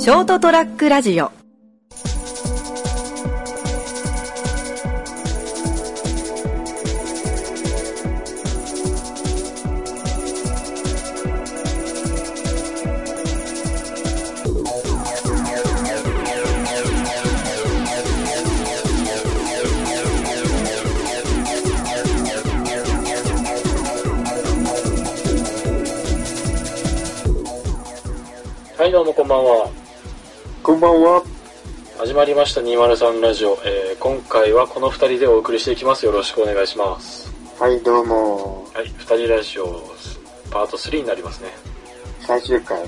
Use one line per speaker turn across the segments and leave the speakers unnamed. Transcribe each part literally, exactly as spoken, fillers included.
ショートトラックラジオ。
はい、どうもこんばんは。
こんばんは。
始まりましたにひゃくさんラジオ、えー、今回はこのふたりでお送りしていきます。よろしくお願いします。
はい、どうも。
はい、ふたりラジオパートスリーになりますね。
最終回。うん。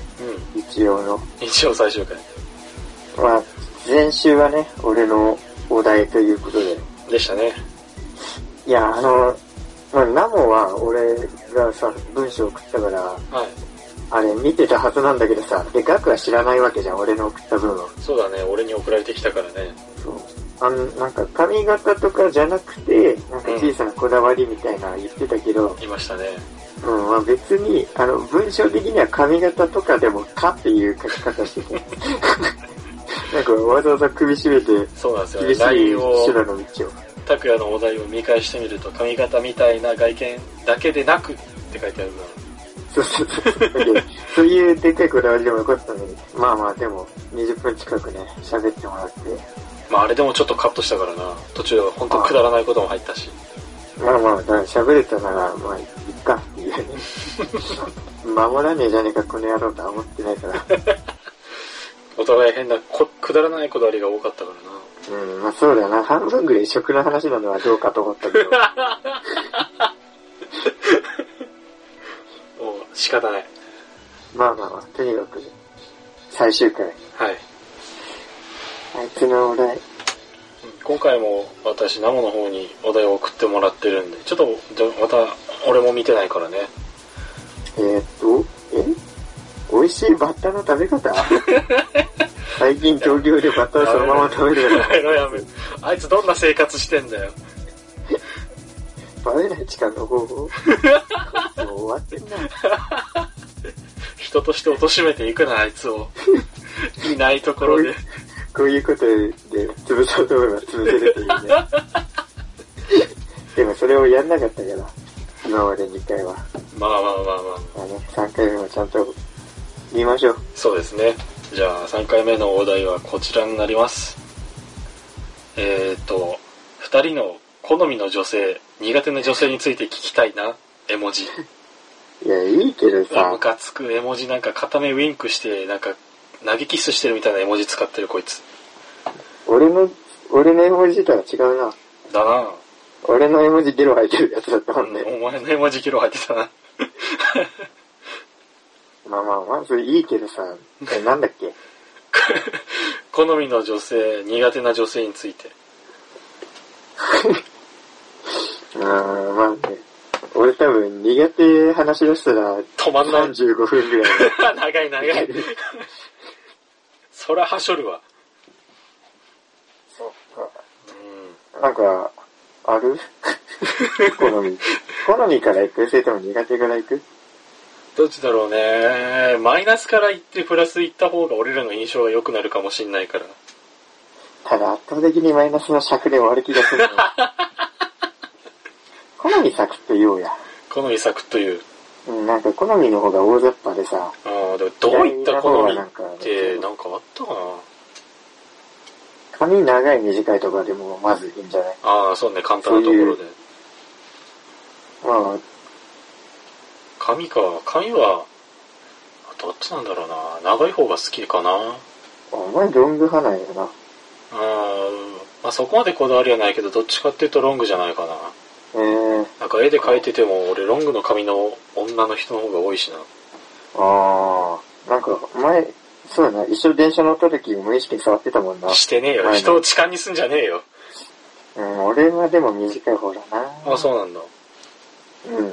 一応の。
一応最終回。
まあ、前週はね、俺のお題ということで。
でしたね。
いや、あの、まあ、ナモは俺がさ、文章送ったから、はい。あれ見てたはずなんだけどさ、で、ガクは知らないわけじゃん、俺の送った分を。
そうだね、俺に送られてきたからね。
そう。あの、なんか髪型とかじゃなくて、なんか小さなこだわりみたいな言ってたけど。
うん、いましたね。
うん、まあ別に、あの、文章的には髪型とかでもかっていう書き方してて。なんかわざわざ首絞めて、
そうなんですよ、
厳しい修羅の道を。
拓也のお題を見返してみると、髪型みたいな外見だけでなくって書いてあるから。
そうそうそう。そういうでかいこだわりでもよかったのに。まあまあでも、にじゅっぷん近くね、喋ってもらって。ま
ああれでもちょっとカットしたからな。途中本当くだらないことも入ったし。
まあまあ、だから喋れたなら、まあ、いっかっていうね。守らねえじゃねえか、この野郎とは思ってないから。
お互い変なこ、くだらないこだわりが多かったから
な。うん、まあそうだな。半分ぐらい食の話なのはどうかと思ったけど。
仕方ない。
まあまあまあ、とにかく、最終回。はい。あいつのお題。
今回も私、ナモの方にお題を送ってもらってるんで、ちょっと、また、俺も見てないからね。
えー、っと、え美味しいバッタの食べ方最近東京でバッタをそのまま食べるから。
やめろ。あいつどんな生活してんだよ。
バレない力の方法もう終わってんな。
人として貶めていくな、あいつを。いないところで。
こういうことで潰そうと思えば潰せるというね。でもそれをやんなかったから、今までにかいは。
まあまあまあまあ。
まあね、さんかいめもちゃんと見ましょう。
そうですね。じゃあさんかいめのお題はこちらになります。えーと、ふたりの好みの女性、苦手な女性について聞きたいな、絵文字。
いや、いいけどさ。
ムカつく絵文字なんか片目ウィンクして、なんか投げキスしてるみたいな絵文字使ってるこいつ。
俺の、俺の絵文字とは違うな。
だな。
俺の絵文字ゲロ入ってるやつだったもんね。
お前の絵文字ゲロ入ってたな。
まあまあまあ、それいいけどさ、え、なんだっけ
好みの女性、苦手な女性について。
あー、まあね。俺多分苦手話し出したら
止まんない。
さんじゅうごふんぐらい。
長い長い。そらはしょるわ。
そっか。うん。なんか、ある好み。好みから行く？それとも苦手から行く？
どっちだろうね。マイナスから行ってプラス行った方が俺らの印象が良くなるかもしんないから。
ただ圧倒的にマイナスの尺で終わる気がする。好みサクッと言おうや。
好みサクッと言う。
うん、なんか好みの方が大雑把でさ。
ああ、でもどういった好みってなんかあったかな。
髪長い短いとかでもまずいいんじゃない？
ああ、そうね、簡単なところで。
まあ、
髪か、髪は、どっちなんだろうな。長い方が好きかな。
お前ロング派なんやな。
ああ、まあそこまでこだわりはないけど、どっちかっていうとロングじゃないかな。
えー、
なんか絵で描いてても俺ロングの髪の女の人の方が多いしな。
ああ、なんか前、そうやな、一緒電車乗った時無意識に触ってたもんな。
してねえよ。人を痴漢にすんじゃねえよ。
うん、俺はでも短い方だな。
あ、そうなんだ。
うん。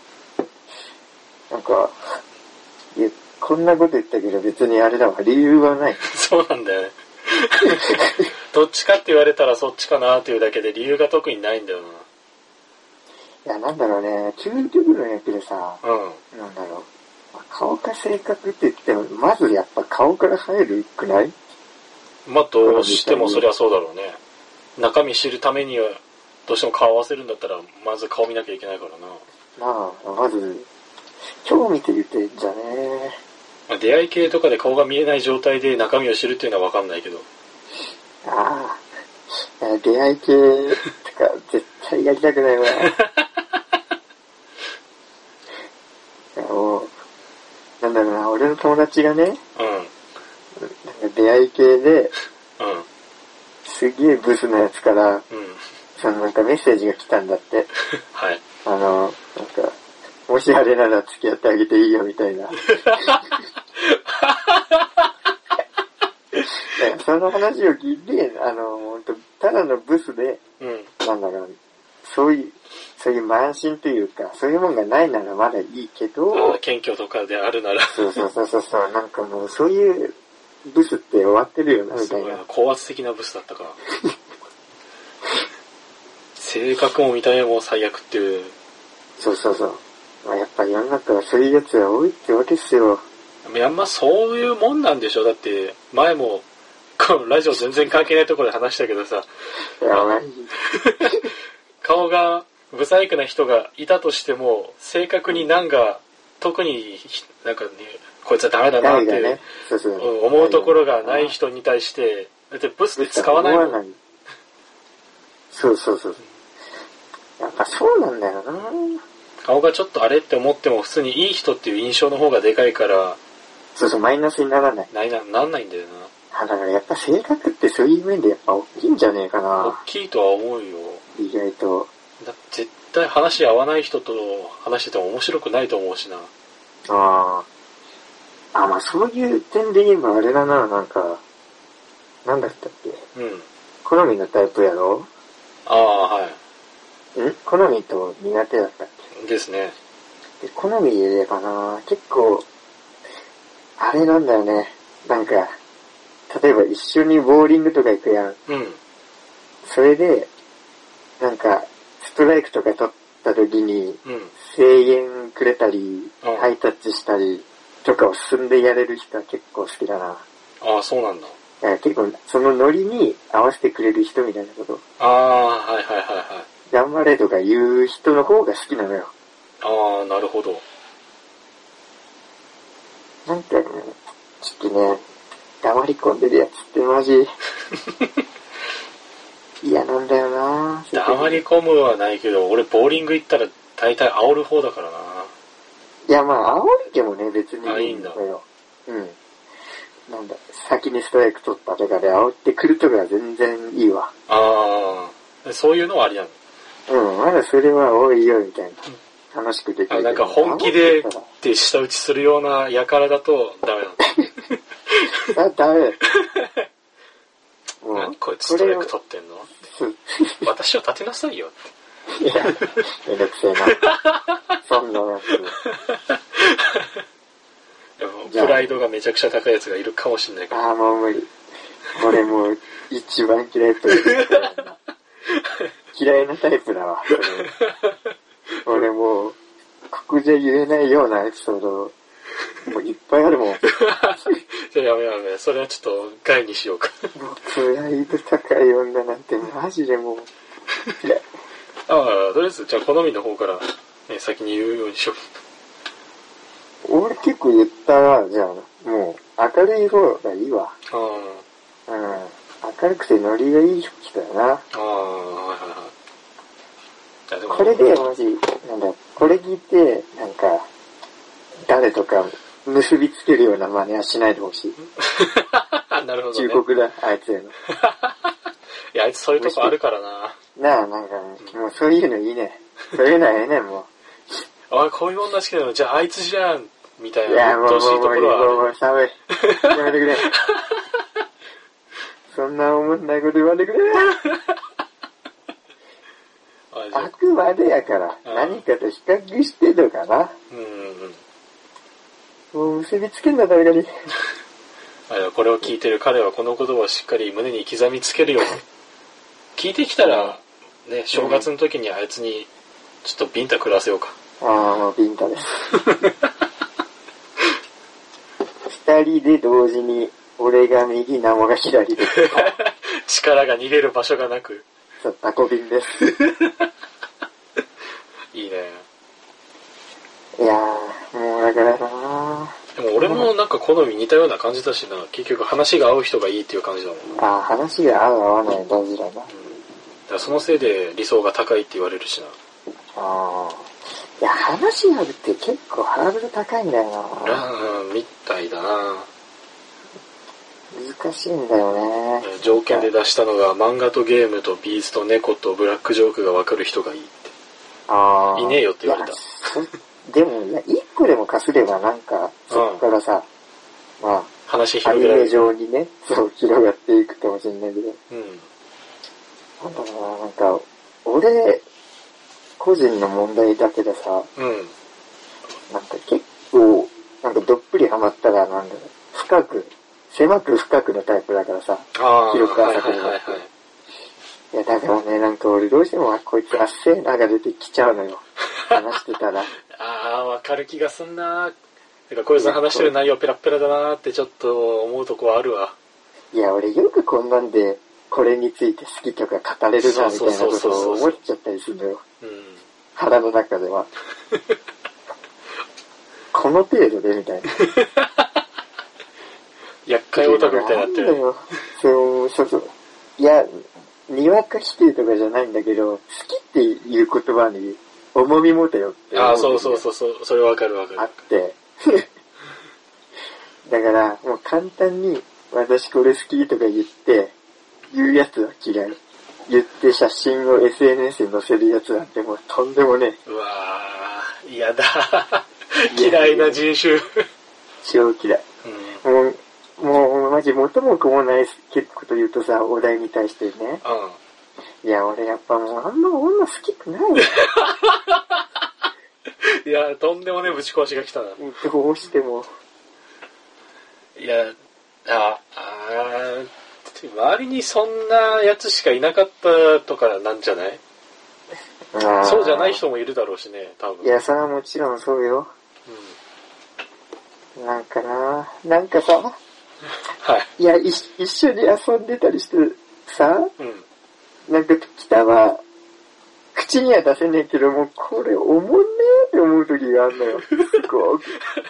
なんか、いや、こんなこと言ったけど別にあれだわ、理由はない。
そうなんだよね。どっちかって言われたらそっちかなっていうだけで理由が特にないんだよな。
いや、なんだろうね、究極論やけどさ、
うん。
なんだろう、顔描か性格って言っても、まずやっぱ顔から入るくない？
まあどうしてもそりゃそうだろうね。中身知るためにはどうしても顔合わせるんだったらまず顔見なきゃいけないからな。
まあまず興味って言ってんじゃね
え。出会い系とかで顔が見えない状態で中身を知るっていうのはわかんないけど。
ああ、出会い系とか絶対やりたくないわ。もうなんだろうな、俺の友達がね、うん、なんか出会い系で、うん、すげえブスなやつから、うん、そのなんかメッセージが来たんだって。はい。あの、なんか、もしあれなら付き合ってあげていいよみたいな。その話を聞いて、あの、ほんと、ただのブスで、うん、なんだろう、そういう、そういう慢心というか、そういうもんがないならまだいいけど、
ああ、謙虚とかであるなら。
そうそうそうそう、なんかもうそういうブスって終わってるよな、みたいな。
高圧的なブスだったか。性格も見た目も最悪っていう。
そうそうそう。まあ、やっぱ世の中はそういうやつが多いってわけっすよ。
いや、まあそういうもんなんでしょ。だって、前も、このラジオ全然関係ないところで話したけどさ。やばい。顔がブサイクな人がいたとしても、正確になんか、特になんかね、こいつはダメだなっていう、ね、そうそう、思うところがない人に対して、だってブスって使わないもん。
そうそうそう。やっぱそうなんだよな。
顔がちょっとあれって思っても普通にいい人っていう印象の方がでかいから、
そうそう、マイナスにならない。
ないな、なんないんだよな。
だからやっぱ性格ってそういう面でやっぱ大きいんじゃねえかな。
大きいとは思うよ。
意外と。
だ絶対話合わない人と話してても面白くないと思うしな。
ああ。あ、まあそういう点で言えばあれだな、なんか、なんだったっけ。うん。好みのタイプやろ？
ああ、はい。
ん？好みと苦手だったっけ？
ですね。
で、好みで言えばな、結構、あれなんだよね。なんか、例えば一緒にボーリングとか行くやん。うん。それで、なんか、ストライクとか取った時に、うん、声援くれたり、うん、ハイタッチしたりとかを進んでやれる人は結構好きだな。
ああ、そうなんだ。
結構、そのノリに合わせてくれる人みたいなこと。
ああ、はいはいはいはい。
頑張れとか言う人の方が好きなのよ。
ああ、なるほど。
なんかね、ちょっとね、黙り込んでるやつってマジ嫌なんだよな。
黙り込むはないけど、俺ボーリング行ったら大体煽る方だからな。
いやまあ煽りでもね別に
いいんだ
よ。うん。なんだ、先にストライク取ったとかで煽ってくるとかは全然いいわ。
ああ、そういうのはありなの。
うん、まだそれは多いよみたいな。楽しくできる。
あ、なんか本気でって舌打ちするようなやからだとダメなの。
あ、ダメ。
何こいつストライク取ってんの私を立てなさいよって。いや、
めんどくせえな。そんなや
つ。プライドがめちゃくちゃ高いやつがいるかもしんないから。
ああ、もう無理。俺もう一番嫌いというか嫌いなタイプだわ。俺もう、ここじゃ言えないようなエピソード、もういっぱいあるもん。
じゃあやめやめ。それはちょっと害にしようか。
もうプライド高い女なんてマジでもう嫌い。
ああ、とりあえずじゃあ好みの方から、ね、先に言うようにしよ
う。俺結構言ったら、じゃあもう明るい方がいいわ。ああ。うん。明るくてノリがいい人だよな。ああ、はいはいはい。これでマジ、なんだ、これ聞いて、なんか、誰とか結びつけるような真似はしないでほしい。
なるほど、
ね。忠告だ、あいつへの。い
や、あいつそういうとこあるからな。
なあ、なんか、ね、もうそういうのいいね。そういうのはええねん、も
う。おい、こういう女好きなの、じゃああいつじゃん、みたいな。いや、もう、もう、もう、もう、もう、
寒い。やめてくれ。そんな思んないこと言わんでくれ。あくまでやから、何かと比較してとかな。うんうんうん。もう結びつけんな、誰かに。
これを聞いてる彼はこの言葉をしっかり胸に刻みつけるように。聞いてきたら、ね、正月の時にあいつに、ちょっとビンタ食らわせようか。
ああ、もうビンタです。 人で同時に、俺が右、生が左で。
力が逃げる場所がなく。
そう、タコビンです。
いいね。
いやー、もうだからな
でも俺もなんか好み似たような感じだしな、結局話が合う人がいいっていう感じだもん。
ああ、話が合う合わない大事だな。うん。だか
らそのせいで理想が高いって言われるしな。
ああ。いや、話が合うって結構ハードル高いんだよな。
うん、みたいだな。
難しいんだよね。
条件で出したのが漫画とゲームとビーズと猫とブラックジョークが分かる人がいいって。
ああ。
いねえよって言われた。
でも、いや、一個でもかすればなんか、そっからさ、うん、まあ、
話広げられる。
アニメ上にね、そう、広がっていくかもしれないけど。
うん。
なんだろうな、なんか、俺、個人の問題だけでさ、
うん。
なんか結構、なんかどっぷりハマったら、なんだろう、深く、狭く深くのタイプだからさ、広く浅くじゃなくて。いや、だからね、なんか俺どうしても、あ、こいつあっせーなが出てきちゃうのよ。話してたら。
ああ、わかる気がすんな。てか、こいつの話してる内容ペラペラだなーってちょっと思うとこはあるわ。
いや、俺よくこんなんで、これについて好きとか語れるな、みたいなことを思っちゃったりするのよ。うん、腹の中では。この程度でみたいな。
厄介オタクみたいになってる。
なんだよ。そう、そうそう。いや、にわか否定とかじゃないんだけど、好きっていう言葉に重み持てよって思う。
ああ、そうそうそうそう、それわかるわかる。
あって。だから、もう簡単に、私これ好きとか言って、言うやつは嫌い。言って写真を エスエヌエス に載せるやつなんてもうとんでもね
え。うわー、嫌だ。嫌いな人種。
超嫌い。うん、もう、もうマジ元も子もないこと言うとさ、お題に対してね。うん。いや、俺やっぱもうあんま女好きくないよ。
いや、とんでもねえぶち壊しが来たな。
どうしても。
いや、あ、あ周りにそんなやつしかいなかったとかなんじゃない？そうじゃない人もいるだろうしね、多分。
いや、それはもちろんそうよ。うん。なんかななんかさ、はい。いや、一緒に遊んでたりしてさ、うん。なんか北は、口には出せねえけども、これおもんねえって思う時があるのよ。すごく。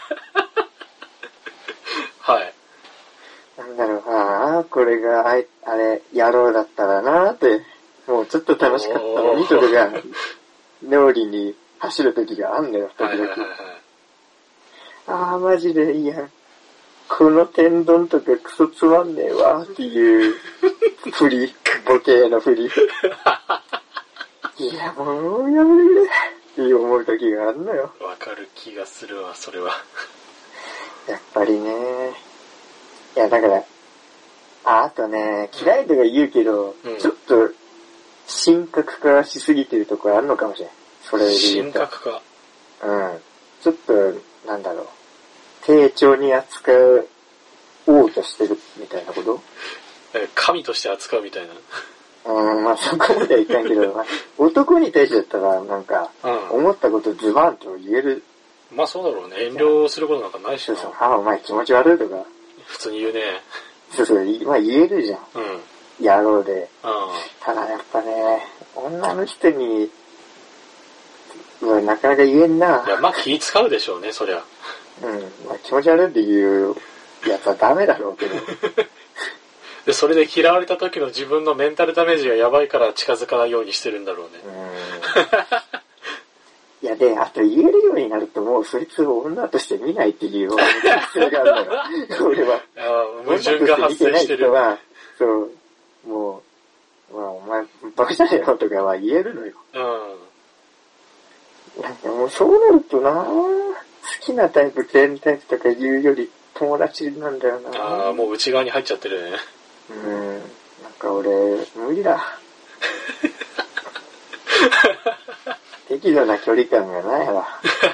はい。
なんだろうなこれがあれ、あれ、野郎だったらなーって、もうちょっと楽しかったのにとかが、脳裏に走る時があんのよ、時々。はいはいはいはい、あー、マジでいいやん。この天丼とかクソつまんねえわっていう、振り、ボケの振り。いや、もうやめてくれって思う時があるのよ。
わかる気がするわ、それは。
やっぱりね。いや、だから、あ、あとね、嫌いとか言うけど、うん、ちょっと、神格化しすぎてるところあるのかもしれん。それで言うと。
神格化。
うん。ちょっと、なんだろう。丁重に扱おうとしてるみたいなこと？
神として扱うみたいな。
うん、まあそこまではいかんけど、男に対してだったら、なんか、思ったことズバンと言える。
まあそうだろうね。遠慮することなんかないしな。
そうそう。あ、お前気持ち悪いとか。
普通に言うね。
そうそう、まあ言えるじゃん。うん。野郎で。うん。ただやっぱね、女の人に、なかなか言えんな。
いや、まあ気使うでしょうね、そりゃ。
うん。まあ気持ち悪いっていうやつはダメだろうけど。
で、それで嫌われた時の自分のメンタルダメージがやばいから近づかないようにしてるんだろうね。
うん。いや、で、あと言えるようになるともうそいつを女として見ないっていう癖があるのよ。俺は。
ああ、矛盾が発生してる。
は、そう、もう、まあお前バカじゃねえよとかは言えるのよ。うん。なんかもうそうなるとな好きなタイプ、嫌いなタイプとか言うより友達なんだよな。
ああ、もう内側に入っちゃってるね。
うん。なんか俺、無理だ。適度な距離感がないわ。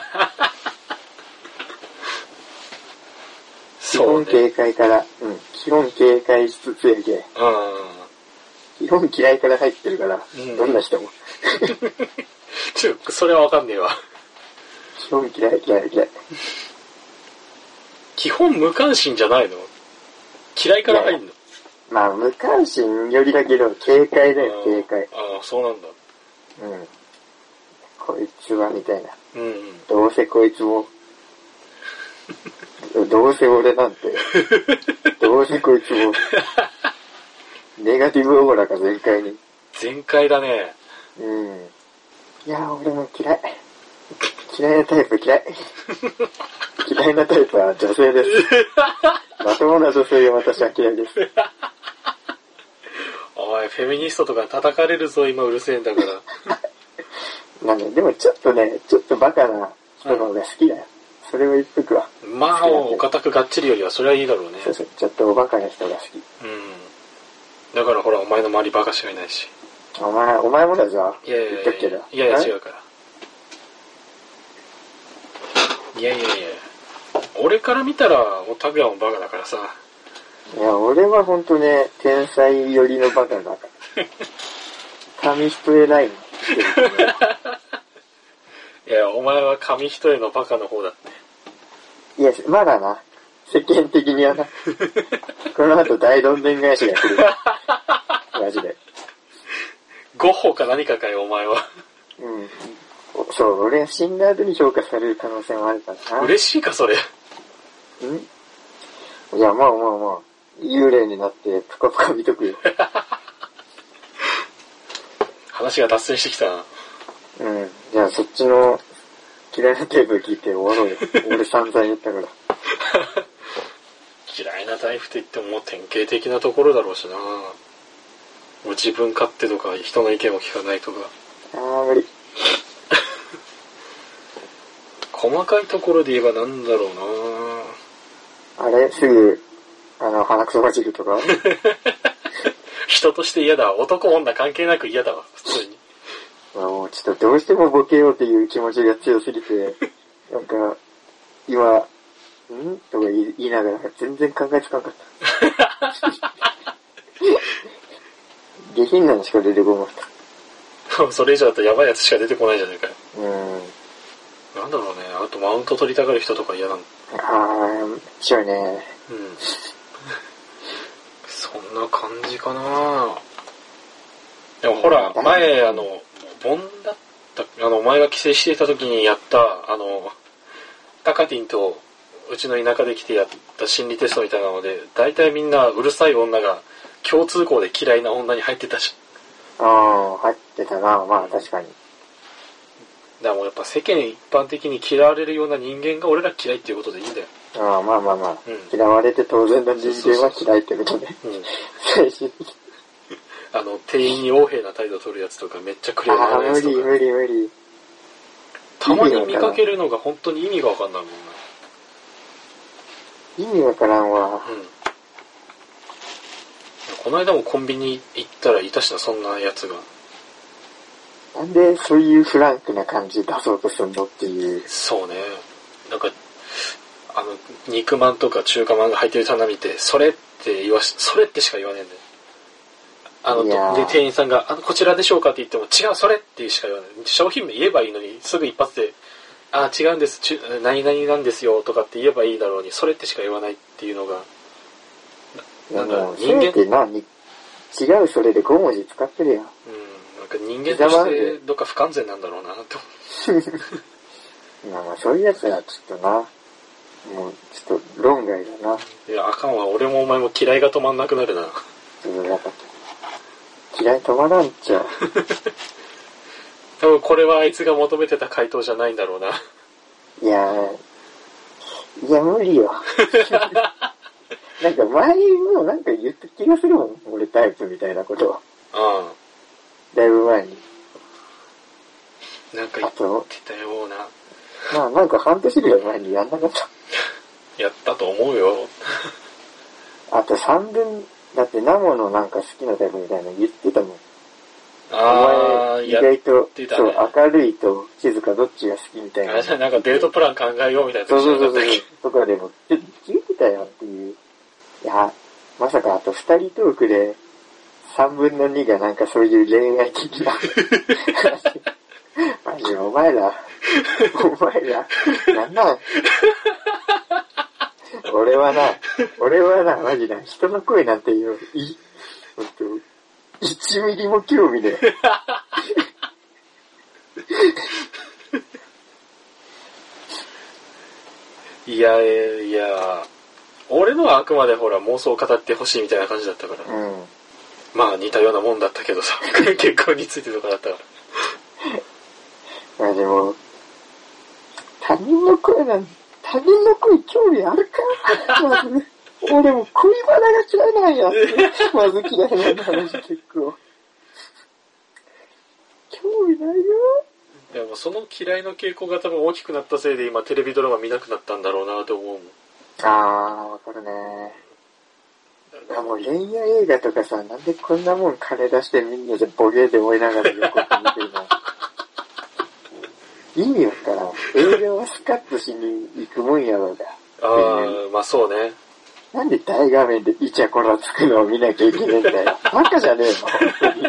基本警戒から、うん。基本警戒しつつやけ。うん。基本嫌いから入ってるから、うん、どんな人も。
ちょ、それはわかんねえわ。
基本嫌い、嫌い、嫌い。
基本無関心じゃないの？嫌いから入んの？
まあ無関心よりだけど警戒だよ、警戒。
ああ、そうなんだ。
うん。こいつはみたいな。
うんうん。
どうせこいつもどうせ俺なんてどうせこいつもネガティブオーラが全開に。
全開だね。
うん。いや俺も嫌い。嫌いなタイプ嫌い。嫌いなタイプは女性です。まともな女性が私は嫌いです。
おい、フェミニストとか叩かれるぞ、今うるせえんだから。
なんで、でもちょっとね、ちょっとバカな人の方が好きだよ。うん、それを言っとくわ。
まあ、お堅くがっちりよりはそれはいいだろうね。
そうそう、ちょっとおバカな人が好き。
うん。だからほら、お前の周りバカしかいないし。
お前、お前もだぞ。
いやいやいや。
言っとくけど。
いやいや違うから。いやいやいや。俺から見たら、もう拓也もバカだからさ。
いや、俺はほんとね、天才寄りのバカだから。紙一重ライン。
いや、お前は紙一重のバカの方だって。
いや、まだな。世間的にはな。この後大どんでん返しが来る。マジで。
ゴッホか何かかよ、お前は。
うん。そう、俺が死んだ後に評価される可能性もあるからな。
嬉しいか、それ。ん
いや、もうもうもう、幽霊になってプカプカ見とくよ。
話が脱線してきたな。
うん。じゃあそっちの嫌いなテープ聞いて終わろうよ。俺散々言ったから。
嫌いなタイプって言ってももう典型的なところだろうしな。もう自分勝手とか人の意見を聞かないとか。
あー無理。
細かいところで言えばなんだろ
うな。あれすぐ、あの、鼻くそばじるとか
人として嫌だわ。男女関係なく嫌だわ、普通に。
もうちょっとどうしてもボケようっていう気持ちが強すぎて、なんか、今、んとか言いながら全然考えつかなかった。下品なのしか出てこなか
った。それ以上だとやばいやつしか出てこないじゃないかよ。
うん。
なんだろうね。あとマウント取りたがる人とか嫌なの。
あー、ちょいね。
うん。そんな感じかな。でもほら、前、あの、盆だった、あの、お前が帰省していた時にやった、あの、タカティンとうちの田舎で来てやった心理テストみたいなので、大体みんなうるさい女が共通項で嫌いな女に入ってたし。
ああ、入ってたな。まあ確かに。
だからもうやっぱ世間一般的に嫌われるような人間が俺ら嫌いっていうことでいいんだよ。
ああ、まあまあまあ。うん、嫌われて当然の人間は嫌いってことね。最終的に。
あの、店員に横柄な態度を取るやつとかめっちゃクレームなやつとか。
ああ、無理無理無理。
たまに見かけるのが本当に意味がわかんないもんな。
意味わからんわ。うん。
この間もコンビニ行ったらいたしな、そんなやつが。
なんでそういうフランクな感じ出そうとするのっていう。
そうね。なんか、あの、肉まんとか中華まんが入ってる棚見て、それって言わし、それってしか言わねえんだよ。あの、で、店員さんが、あの、こちらでしょうかって言っても、違う、それってしか言わない。商品名言えばいいのに、すぐ一発で、あ、違うんです、ち何々なんですよ、とかって言えばいいだろうに、それってしか言わないっていうのが、
なんか、人間って何違うそれでご文字使ってるやん。うん、
なんか人間としてどっか不完全なんだろうな、と。
まあまあ、そういうやつはちょっとな、もう、ちょっと論外だな。
いや、あかんわ、俺もお前も嫌いが止まんなくなるな。
うん、なんか嫌い止まらんちゃう。
多分これはあいつが求めてた回答じゃないんだろうな。
いやー、いや無理よ。なんか前にもなんか言った気がするもん。俺タイプみたいなことを。
ああ。
だいぶ前に。
なんか言ってたような。
まあなんか半年ぐらい前にやんなかった。
やったと思うよ。
あと三分、だってナモのなんか好きなタイプみたいなの言ってたもん。
ああ、
意外と、
ね、そう、
明るいと静かどっちが好きみたいな。
あれじゃなんかデートプラン考えようみたいな。
そうそうそうそう。とかでも、聞いてたよっていう。いや、まさかあと二人トークで三分の二がなんかそういう恋愛的な。マジお前ら、お前ら、なんなん俺はな、俺はな、マジな、人の声なんていう、い、ほんと、一ミリも興味ね
え。いやいや、俺のはあくまでほら妄想を語ってほしいみたいな感じだったから。うん。まあ似たようなもんだったけどさ、結婚についてとかだったから。
まあでも、他人の声なん、他人の声興味あるかまず、ね、俺も恋バナが嫌いなんやって。まず嫌いな話結構。興味ないよ。
でもその嫌いの傾向が多分大きくなったせいで今テレビドラマ見なくなったんだろうなと思うもん。
あー、わかるね。あ、もう恋愛映画とかさ、なんでこんなもん金出してみんなでボケで追いながら横見てるの意味わからん。映画はスカッとしに行くもんやろうが。
あー、まあそうね。
なんで大画面でイチャコラつくのを見なきゃいけないんだよ。バカじゃねえの本当に。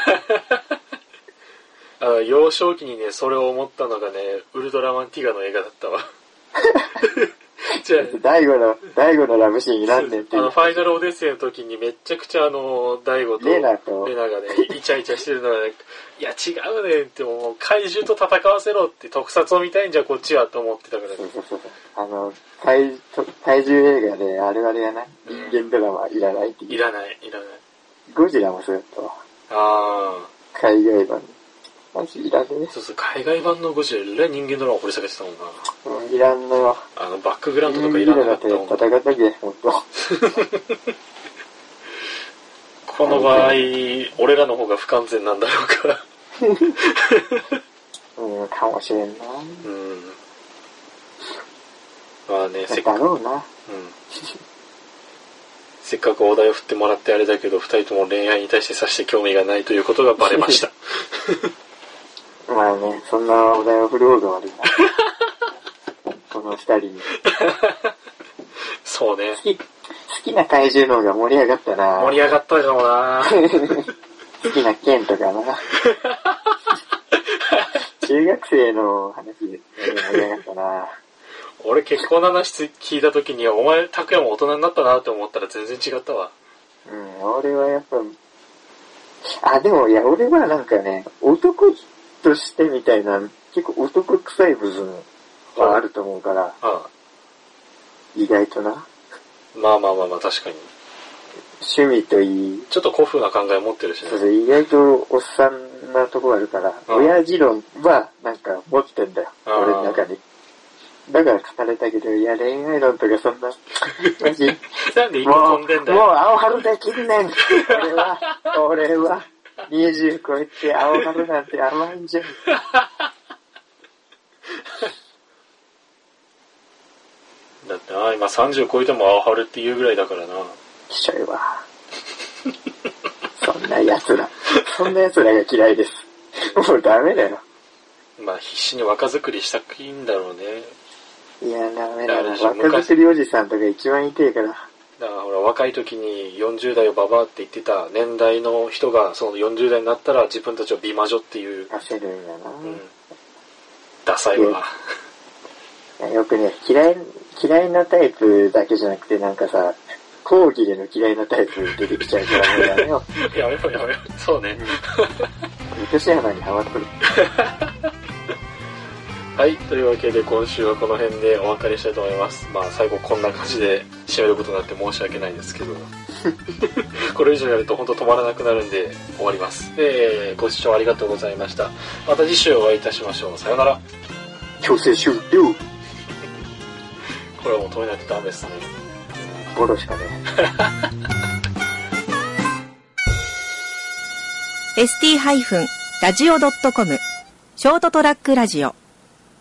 あ、幼少期にね、それを思ったのがね、ウルトラマンティガの映画だったわ。
じゃあ、大悟の、大悟のラブシーンいらんねんっていう。
あの、ファイナルオデッセイの時にめっちゃくちゃあの、大悟と
レナと
レナがね、イチャイチャしてるのがね、いや違うねんって、もう怪獣と戦わせろって特撮を見たいんじゃこっちはと思ってたからね。
そうそうそう。あの、怪、怪獣映画であるあるやな。人間ドラマいらないっていう。
いらない、いらない。
ゴジラもそうやったわ。
あ
ー。海外版。マジいらねえ。
そうそう、海外版のゴジラ、えらい人間ドラマ掘り下げてたもんな。
うん、いらんのよ。
あの、バックグラウンドとかいらなかったもん。
戦ったけ、ほんと。
この場合、俺らの方が不完全なんだろうから。
うん、かもしれんな。
うん。まあね、
せっかく。だろうな。うん。
せっかくお題を振ってもらってあれだけど、二人とも恋愛に対してさして興味がないということがバレました。
まあね、そんなお題を振る方が悪いな。この二人に。
そうね。
好き、好きな怪獣の方が盛り上がったな。
盛り上がったかもな。
好きな剣とかな。中学生の話で盛り上がったな。
俺結婚の話聞いた時に、お前、拓也も大人になったなって思ったら全然違ったわ。
うん、俺はやっぱ、あ、でもいや、俺はなんかね、男としてみたいな、結構男臭い部分はあると思うから、ああ意外とな。
まあまあまあまあ、確かに。
趣味といい。
ちょっと古風な考え持ってるしね。
そうそう、意外とおっさんなとこあるから、ああ親父論はなんか持ってんだよ、俺の中に。だから語れたけど、いや、恋愛論とかそんな、マジ。
なんで一個飛んでんだよ。
もう、もう青春できんねん。俺は、俺は、にじゅう超えて青春なんて甘いんじゃん。
だってな、今さんじゅう超えても青春って言うぐらいだからな。
きしょいわ。そんな奴ら、そんな奴らが嫌いです。もうダメだよ。
まあ必死に若作りしたくいいんだろうね。
いや、ダメだな。若作りおじさんとか一番痛いから。
だからほら、若い時によんじゅう代をババアって言ってた年代の人が、そのよんじゅう代になったら自分たちを美魔女っていう。
焦るんやな。うん。
ダサいわ。
いやよくね、嫌い、嫌いなタイプだけじゃなくてなんかさ、講義での嫌いなタイプ出てきちゃうからもうやめよ
う。やめようやめよう。そうね。
昔山にハマっとる。
はい、というわけで今週はこの辺でお別れしたいと思います。まあ最後こんな感じで締めることになって申し訳ないですけどこれ以上やると本当止まらなくなるんで終わります。で、ご視聴ありがとうございました。また次週お会いいたしましょう。さよなら。
強制終了。
これはもう止めないとダメですね。
ボロしかね。
エスティー ラジオ ドットコム ショートトラックラジオ